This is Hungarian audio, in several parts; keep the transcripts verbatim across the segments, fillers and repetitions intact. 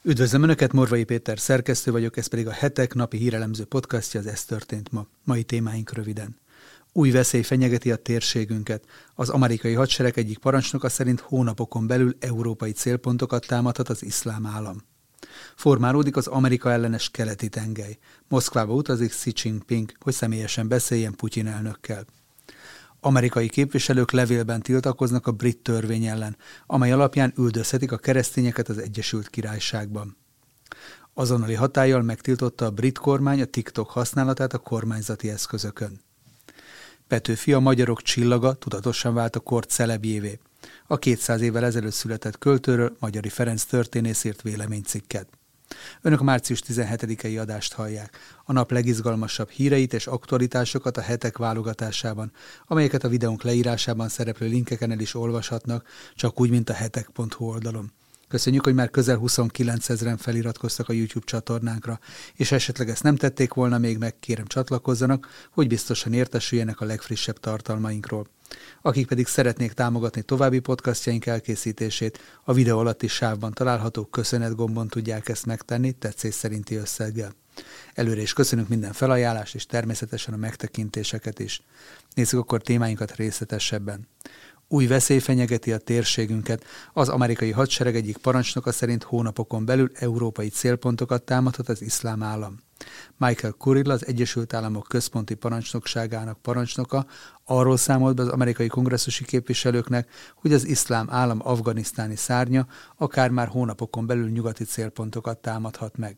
Üdvözlöm Önöket, Morvai Péter szerkesztő vagyok, ez pedig a Hetek napi hírelemző podcastja, az Ez történt ma. Mai témáink röviden. Új veszély fenyegeti a térségünket. Az amerikai hadsereg egyik parancsnoka szerint hónapokon belül európai célpontokat támadhat az iszlám állam. Formálódik az Amerika ellenes keleti tengely. Moszkvába utazik Xi Jinping, hogy személyesen beszéljen Putyin elnökkel. Amerikai képviselők levélben tiltakoznak a brit törvény ellen, amely alapján üldözhetik a keresztényeket az Egyesült Királyságban. Azonnali hatállyal megtiltotta a brit kormány a TikTok használatát a kormányzati eszközökön. Petőfi, a magyarok csillaga, tudatosan vált a kor celebjévé. A kétszáz évvel ezelőtt született költőről Magyari Ferenc történész írt véleménycikket. Önök a március tizenhetedikei adást hallják, a nap legizgalmasabb híreit és aktualitásokat a Hetek válogatásában, amelyeket a videónk leírásában szereplő linkeken el is olvashatnak, csak úgy, mint a hetek pont hu oldalon. Köszönjük, hogy már közel huszonkilencezren feliratkoztak a YouTube csatornánkra, és ha esetleg ezt nem tették volna még meg, kérem csatlakozzanak, hogy biztosan értesüljenek a legfrissebb tartalmainkról. Akik pedig szeretnék támogatni további podcastjaink elkészítését, a videó alatti sávban található köszönet gombon tudják ezt megtenni tetszés szerinti összeggel. Előre is köszönünk minden felajánlást és természetesen a megtekintéseket is. Nézzük akkor témáinkat részletesebben. Új veszély fenyegeti a térségünket. Az amerikai hadsereg egyik parancsnoka szerint hónapokon belül európai célpontokat támadhat az iszlám állam. Michael Kurilla, az Egyesült Államok központi parancsnokságának parancsnoka arról számolt be az amerikai kongresszusi képviselőknek, hogy az iszlám állam afganisztáni szárnya akár már hónapokon belül nyugati célpontokat támadhat meg.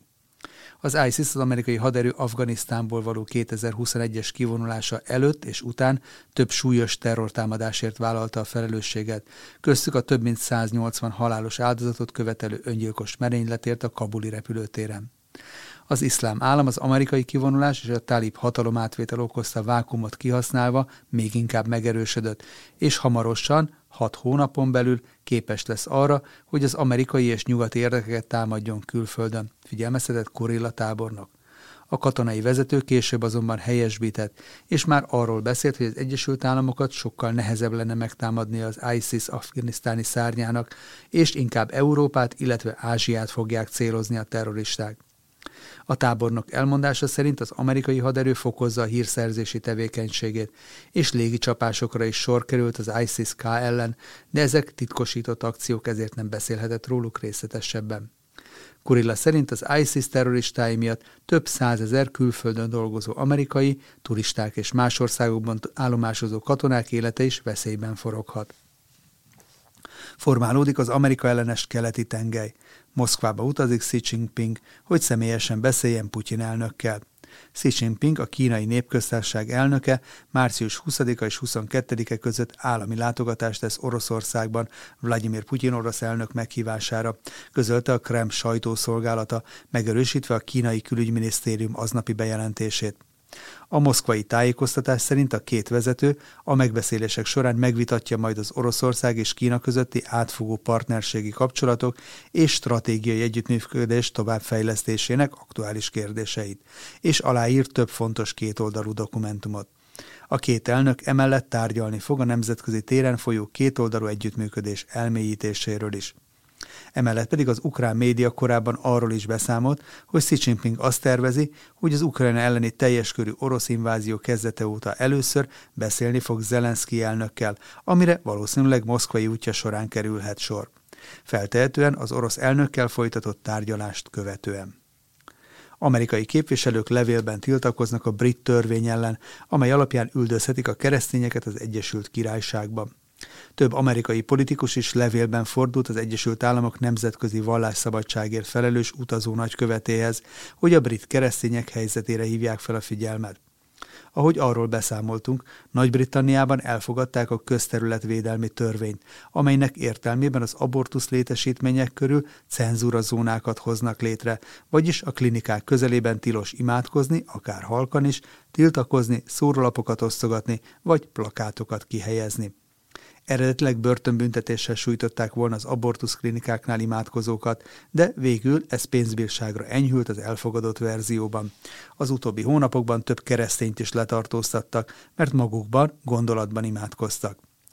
Az ISIS, az amerikai haderő Afganisztánból való kétezer-huszonegyes kivonulása előtt és után több súlyos terrortámadásért vállalta a felelősséget, köztük a több mint száznyolcvan halálos áldozatot követelő öngyilkos merényletért a kabuli repülőtéren. Az iszlám állam az amerikai kivonulás és a tálib hatalomátvétel okozta vákuumot kihasználva még inkább megerősödött, és hamarosan, hat hónapon belül képes lesz arra, hogy az amerikai és nyugati érdekeket támadjon külföldön, figyelmeztetett Kurilla tábornok. A katonai vezető később azonban helyesbített, és már arról beszélt, hogy az Egyesült Államokat sokkal nehezebb lenne megtámadni az ISIS afganisztáni szárnyának, és inkább Európát, illetve Ázsiát fogják célozni a terroristák. A tábornok elmondása szerint az amerikai haderő fokozza a hírszerzési tevékenységét, és légicsapásokra is sor került az ISIS-K ellen, de ezek titkosított akciók, ezért nem beszélhetett róluk részletesebben. Kurilla szerint az ISIS terroristái miatt több százezer külföldön dolgozó amerikai, turisták és más országokban állomásozó katonák élete is veszélyben foroghat. Formálódik az Amerika ellenes keleti tengely. Moszkvába utazik Xi Jinping, hogy személyesen beszéljen Putyin elnökkel. Xi Jinping, a Kínai Népköztársaság elnöke március huszadika és huszonkettedike között állami látogatást tesz Oroszországban Vladimir Putyin orosz elnök meghívására, közölte a Kreml sajtószolgálata, megerősítve a kínai külügyminisztérium aznapi bejelentését. A moszkvai tájékoztatás szerint a két vezető a megbeszélések során megvitatja majd az Oroszország és Kína közötti átfogó partnerségi kapcsolatok és stratégiai együttműködés továbbfejlesztésének aktuális kérdéseit, és aláír több fontos kétoldalú dokumentumot. A két elnök emellett tárgyalni fog a nemzetközi téren folyó kétoldalú együttműködés elmélyítéséről is. Emellett pedig az ukrán média korábban arról is beszámolt, hogy Xi Jinping azt tervezi, hogy az Ukrajna elleni teljes körű orosz invázió kezdete óta először beszélni fog Zelenszkij elnökkel, amire valószínűleg moszkvai útja során kerülhet sor. Feltehetően az orosz elnökkel folytatott tárgyalást követően. Amerikai képviselők levélben tiltakoznak a brit törvény ellen, amely alapján üldözhetik a keresztényeket az Egyesült Királyságban. Több amerikai politikus is levélben fordult az Egyesült Államok nemzetközi vallásszabadságért felelős utazó nagykövetéhez, hogy a brit keresztények helyzetére hívják fel a figyelmet. Ahogy arról beszámoltunk, Nagy-Britanniában elfogadták a közterületvédelmi törvényt, amelynek értelmében az abortusz létesítmények körül cenzúrazónákat hoznak létre, vagyis a klinikák közelében tilos imádkozni, akár halkan is, tiltakozni, szórólapokat osztogatni, vagy plakátokat kihelyezni. Eredetileg börtönbüntetéssel sújtották volna az abortuszklinikáknál imádkozókat, de végül ez pénzbírságra enyhült az elfogadott verzióban. Az utóbbi hónapokban több keresztényt is letartóztattak, mert magukban, gondolatban imádkoztak.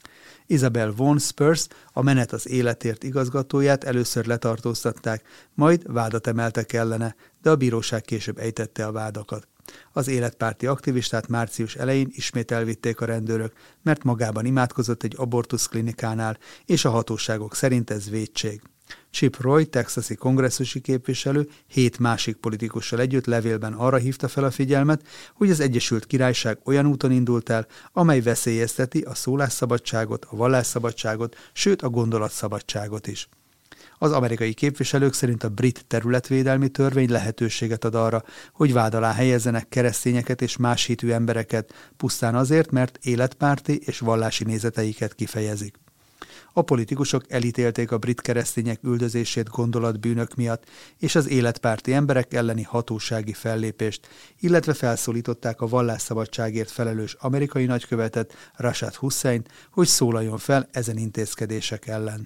Isabel von Spurs, a Menet az életért igazgatóját először letartóztatták, majd vádat emeltek ellene, de a bíróság később ejtette a vádakat. Az életpárti aktivistát március elején ismét elvitték a rendőrök, mert magában imádkozott egy abortuszklinikánál, és a hatóságok szerint ez vétség. Chip Roy, texasi kongresszusi képviselő hét másik politikussal együtt levélben arra hívta fel a figyelmet, hogy az Egyesült Királyság olyan úton indult el, amely veszélyezteti a szólásszabadságot, a vallásszabadságot, sőt a gondolatszabadságot is. Az amerikai képviselők szerint a brit területvédelmi törvény lehetőséget ad arra, hogy vád alá helyezzenek keresztényeket és más hitű embereket, pusztán azért, mert életpárti és vallási nézeteiket kifejezik. A politikusok elítélték a brit keresztények üldözését gondolatbűnök miatt és az életpárti emberek elleni hatósági fellépést, illetve felszólították a vallásszabadságért felelős amerikai nagykövetet, Rashad Husseint, hogy szólaljon fel ezen intézkedések ellen.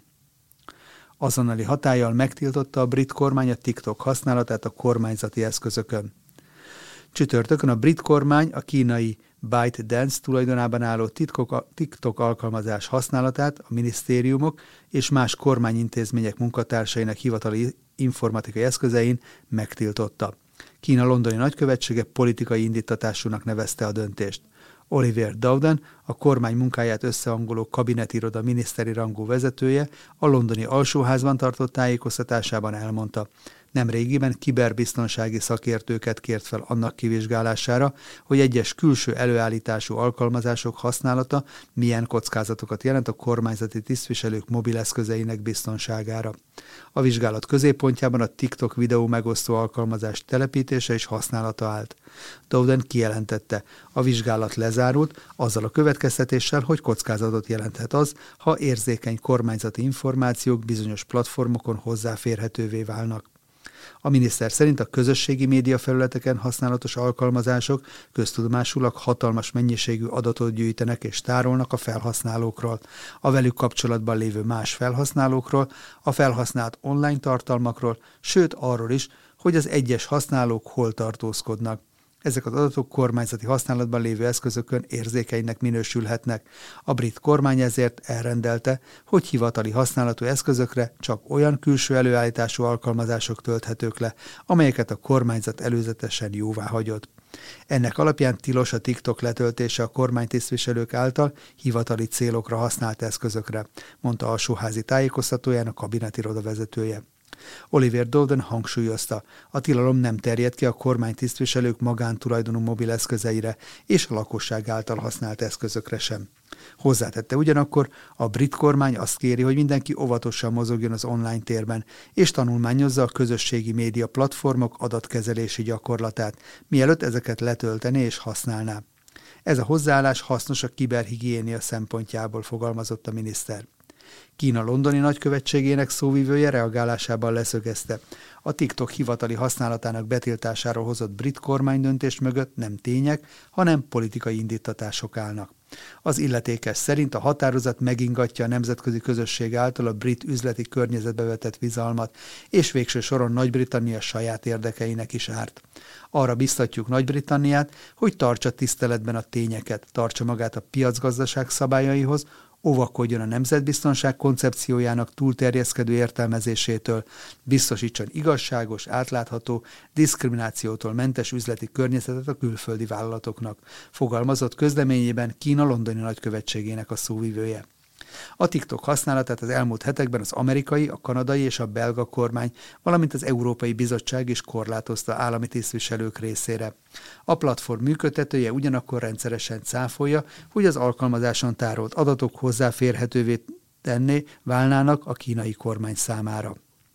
Azonnali hatállyal megtiltotta a brit kormány a TikTok használatát a kormányzati eszközökön. Csütörtökön a brit kormány a kínai ByteDance tulajdonában álló TikTok alkalmazás használatát a minisztériumok és más kormányintézmények munkatársainak hivatali informatikai eszközein megtiltotta. Kína londoni nagykövetsége politikai indítatásúnak nevezte a döntést. Oliver Dowden, a kormány munkáját összehangoló kabinetiroda miniszteri rangú vezetője, a londoni alsóházban tartott tájékoztatásában elmondta: nemrégiben kiberbiztonsági szakértőket kért fel annak kivizsgálására, hogy egyes külső előállítású alkalmazások használata milyen kockázatokat jelent a kormányzati tisztviselők mobileszközeinek biztonságára. A vizsgálat középpontjában a TikTok videó megosztó alkalmazás telepítése és használata állt. Dowden kijelentette, a vizsgálat lezárult, azzal a következtetéssel, hogy kockázatot jelenthet az, ha érzékeny kormányzati információk bizonyos platformokon hozzáférhetővé válnak. A miniszter szerint a közösségi média felületeken használatos alkalmazások köztudomásulag hatalmas mennyiségű adatot gyűjtenek és tárolnak a felhasználókról, a velük kapcsolatban lévő más felhasználókról, a felhasznált online tartalmakról, sőt arról is, hogy az egyes használók hol tartózkodnak. Ezek az adatok kormányzati használatban lévő eszközökön érzékenynek minősülhetnek. A brit kormány ezért elrendelte, hogy hivatali használatú eszközökre csak olyan külső előállítású alkalmazások tölthetők le, amelyeket a kormányzat előzetesen jóvá hagyott. Ennek alapján tilos a TikTok letöltése a kormánytisztviselők által hivatali célokra használt eszközökre, mondta alsóházi tájékoztatóján a kabinetiroda vezetője. Oliver Dowden hangsúlyozta, a tilalom nem terjed ki a kormánytisztviselők magántulajdonú mobileszközeire és a lakosság által használt eszközökre sem. Hozzátette ugyanakkor, a brit kormány azt kéri, hogy mindenki óvatosan mozogjon az online térben, és tanulmányozza a közösségi média platformok adatkezelési gyakorlatát, mielőtt ezeket letöltené és használná. Ez a hozzáállás hasznos a kiberhigiénia szempontjából, fogalmazott a miniszter. Kína londoni nagykövetségének szóvivője reagálásában leszögezte, a TikTok hivatali használatának betiltásáról hozott brit kormánydöntés mögött nem tények, hanem politikai indítatások állnak. Az illetékes szerint a határozat megingatja a nemzetközi közösség által a brit üzleti környezetbe vetett bizalmat, és végső soron Nagy-Britannia saját érdekeinek is árt. Arra biztatjuk Nagy-Britanniát, hogy tartsa tiszteletben a tényeket, tartsa magát a piacgazdaság szabályaihoz, óvakodjon a nemzetbiztonság koncepciójának túlterjeszkedő értelmezésétől, biztosítson igazságos, átlátható, diszkriminációtól mentes üzleti környezetet a külföldi vállalatoknak, fogalmazott közleményében Kína londoni nagykövetségének a szóvivője. A TikTok használatát az elmúlt hetekben az amerikai, a kanadai és a belga kormány, valamint az Európai Bizottság is korlátozta állami tisztviselők részére. A platform működtetője ugyanakkor rendszeresen cáfolja, hogy az alkalmazáson tárolt adatok hozzáférhetővé tenné válnának a kínai kormány számára.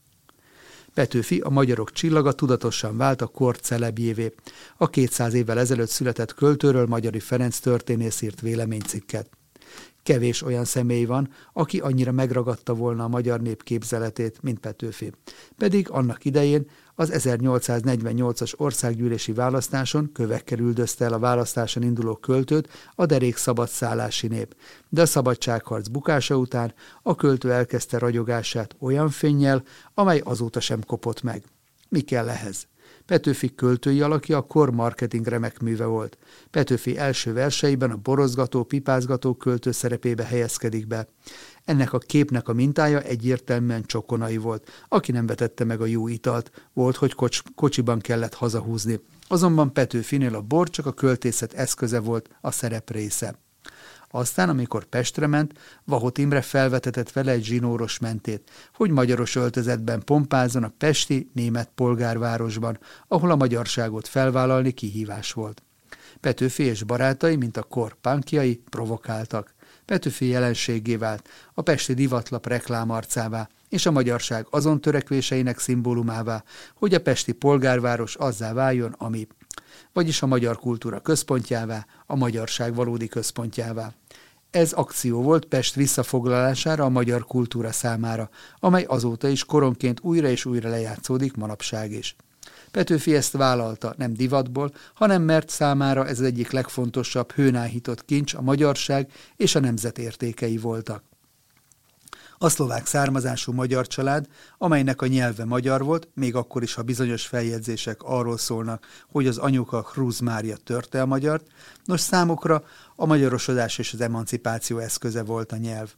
Petőfi, a magyarok csillaga tudatosan vált a kor celebjévé. A kétszáz évvel ezelőtt született költőről Magyari Ferenc történész írt véleménycikket. Kevés olyan személy van, aki annyira megragadta volna a magyar nép képzeletét, mint Petőfi. Pedig annak idején az ezernyolcszáznegyvennyolcas országgyűlési választáson kövekkel üldözte el a választáson induló költőt a derék szabadszállási nép. De a szabadságharc bukása után a költő elkezdte ragyogását olyan fénnyel, amely azóta sem kopott meg. Mi kell ehhez? Petőfi költői alakja a kor marketing remek műve volt. Petőfi első verseiben a borozgató, pipázgató költő szerepébe helyezkedik be. Ennek a képnek a mintája egyértelműen Csokonai volt, aki nem vetette meg a jó italt, volt, hogy kocs- kocsiban kellett hazahúzni. Azonban Petőfinél a bor csak a költészet eszköze volt, a szerep része. Aztán, amikor Pestre ment, Vahot Imre felvetetett vele egy zsinóros mentét, hogy magyaros öltözetben pompázzon a pesti német polgárvárosban, ahol a magyarságot felvállalni kihívás volt. Petőfi és barátai, mint a kor punkjai, provokáltak. Petőfi jelenséggé vált, a pesti divatlap reklámarcává, és a magyarság azon törekvéseinek szimbólumává, hogy a pesti polgárváros azzá váljon, ami, vagyis a magyar kultúra központjává, a magyarság valódi központjává. Ez akció volt Pest visszafoglalására a magyar kultúra számára, amely azóta is koronként újra és újra lejátszódik manapság is. Petőfi ezt vállalta nem divatból, hanem mert számára ez az egyik legfontosabb hőnáhított kincs, a magyarság és a nemzet értékei voltak. A szlovák származású magyar család, amelynek a nyelve magyar volt, még akkor is, ha bizonyos feljegyzések arról szólnak, hogy az anyuka Krúz Mária törte a magyart, nos számukra a magyarosodás és az emancipáció eszköze volt a nyelv.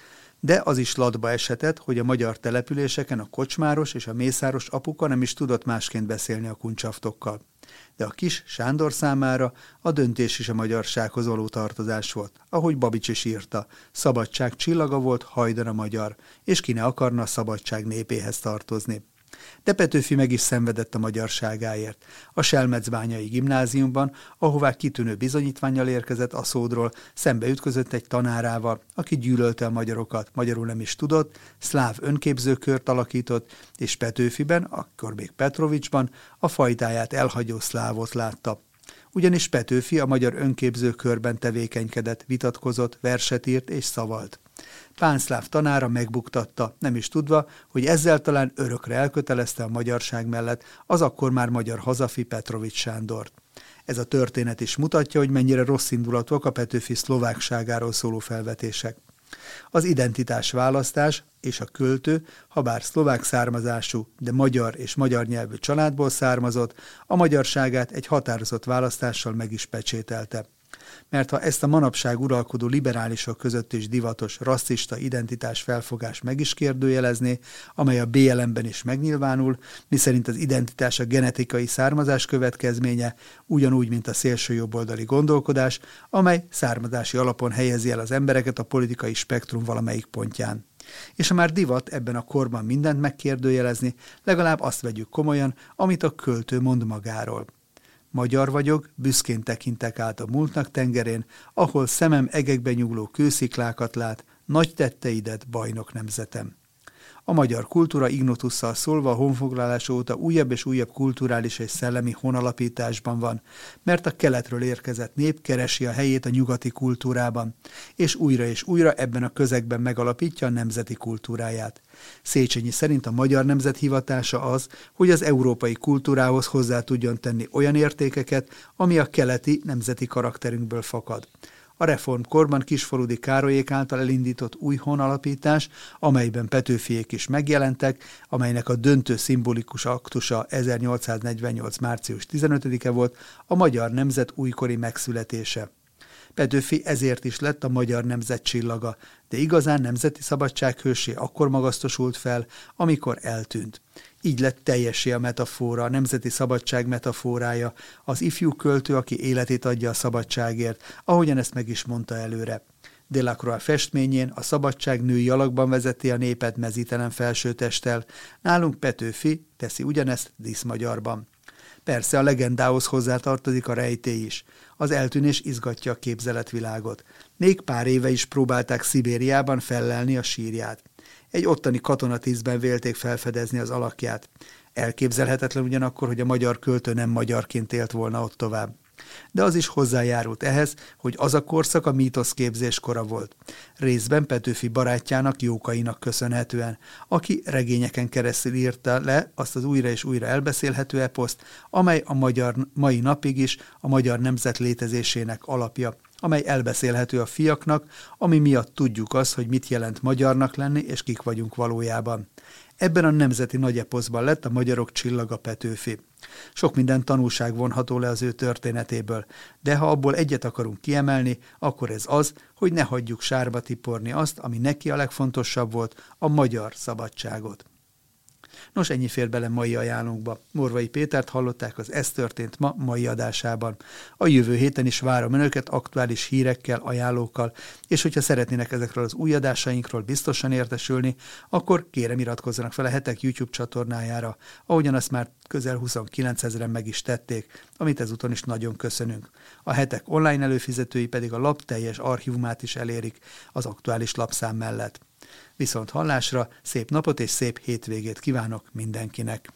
De az is latba eshetett, hogy a magyar településeken a kocsmáros és a mészáros apuka nem is tudott másként beszélni a kuncsaftokkal. De a kis Sándor számára a döntés is a magyarsághoz való tartozás volt. Ahogy Babics is írta, szabadság csillaga volt, hajdan a magyar, és ki ne akarna a szabadság népéhez tartozni. De Petőfi meg is szenvedett a magyarságáért. A Selmecbányai gimnáziumban, ahová kitűnő bizonyítvánnyal érkezett a szódról, szembe ütközött egy tanárával, aki gyűlölte a magyarokat, magyarul nem is tudott, szláv önképzőkört alakított, és Petőfiben, akkor még Petrovicsban a fajtáját elhagyó szlávot látta. Ugyanis Petőfi a magyar önképzőkörben tevékenykedett, vitatkozott, verset írt és szavalt. Pánszláv tanára megbuktatta, nem is tudva, hogy ezzel talán örökre elkötelezte a magyarság mellett az akkor már magyar hazafi Petrovics Sándort. Ez a történet is mutatja, hogy mennyire rosszindulatúak a Petőfi szlovákságáról szóló felvetések. Az identitásválasztás és a költő, habár szlovák származású, de magyar és magyar nyelvű családból származott, a magyarságát egy határozott választással meg is pecsételte. Mert ha ezt a manapság uralkodó liberálisok között is divatos, rasszista identitás felfogás meg is kérdőjelezné, amely a bé el em-ben is megnyilvánul, miszerint az identitás a genetikai származás következménye, ugyanúgy, mint a szélsőjobboldali gondolkodás, amely származási alapon helyezi el az embereket a politikai spektrum valamelyik pontján. És ha már divat ebben a korban mindent megkérdőjelezni, legalább azt vegyük komolyan, amit a költő mond magáról. Magyar vagyok, büszkén tekintek át a múltnak tengerén, ahol szemem egekbe nyúló kősziklákat lát, nagy tetteidet, bajnok nemzetem. A magyar kultúra ignotusszal szólva a honfoglalás óta újabb és újabb kulturális és szellemi honalapításban van, mert a keletről érkezett nép keresi a helyét a nyugati kultúrában, és újra és újra ebben a közegben megalapítja a nemzeti kultúráját. Széchenyi szerint a magyar nemzet hivatása az, hogy az európai kultúrához hozzá tudjon tenni olyan értékeket, ami a keleti nemzeti karakterünkből fakad. A reformkorban Kisfaludy Károlyék által elindított új honalapítás, amelyben Petőfiék is megjelentek, amelynek a döntő szimbolikus aktusa ezernyolcszáznegyvennyolc. március tizenötödike volt, a magyar nemzet újkori megszületése. Petőfi ezért is lett a magyar nemzet csillaga, de igazán nemzeti szabadsághőssé akkor magasztosult fel, amikor eltűnt. Így lett teljessé a metafora, a nemzeti szabadság metaforája, az ifjú költő, aki életét adja a szabadságért, ahogyan ezt meg is mondta előre. Delacroix festményén a szabadság női alakban vezeti a népet mezítelen felsőtesttel, nálunk Petőfi teszi ugyanezt díszmagyarban. Persze a legendához hozzátartozik a rejtély is. Az eltűnés izgatja a képzeletvilágot. Még pár éve is próbálták Szibériában fellelni a sírját. Egy ottani katonatízben vélték felfedezni az alakját. Elképzelhetetlen ugyanakkor, hogy a magyar költő nem magyarként élt volna ott tovább. De az is hozzájárult ehhez, hogy az a korszak a mítoszképzés kora volt. Részben Petőfi barátjának, Jókainak köszönhetően, aki regényeken keresztül írta le azt az újra és újra elbeszélhető eposzt, amely a magyar mai napig is a magyar nemzet létezésének alapja, amely elbeszélhető a fiaknak, ami miatt tudjuk azt, hogy mit jelent magyarnak lenni, és kik vagyunk valójában. Ebben a nemzeti nagyeposzban lett a magyarok csillaga Petőfi. Sok minden tanulság vonható le az ő történetéből, de ha abból egyet akarunk kiemelni, akkor ez az, hogy ne hagyjuk sárba tiporni azt, ami neki a legfontosabb volt, a magyar szabadságot. Nos, ennyi fér bele mai ajánlónkba. Morvai Pétert hallották az Ez történt ma mai adásában. A jövő héten is várom önöket aktuális hírekkel, ajánlókkal, és hogyha szeretnének ezekről az új adásainkról biztosan értesülni, akkor kérem iratkozzanak fel a Hetek YouTube csatornájára, ahogyan azt már közel huszonkilencezren meg is tették, amit ezúton is nagyon köszönünk. A Hetek online előfizetői pedig a lap teljes archívumát is elérik az aktuális lapszám mellett. Viszont hallásra, szép napot és szép hétvégét kívánok mindenkinek!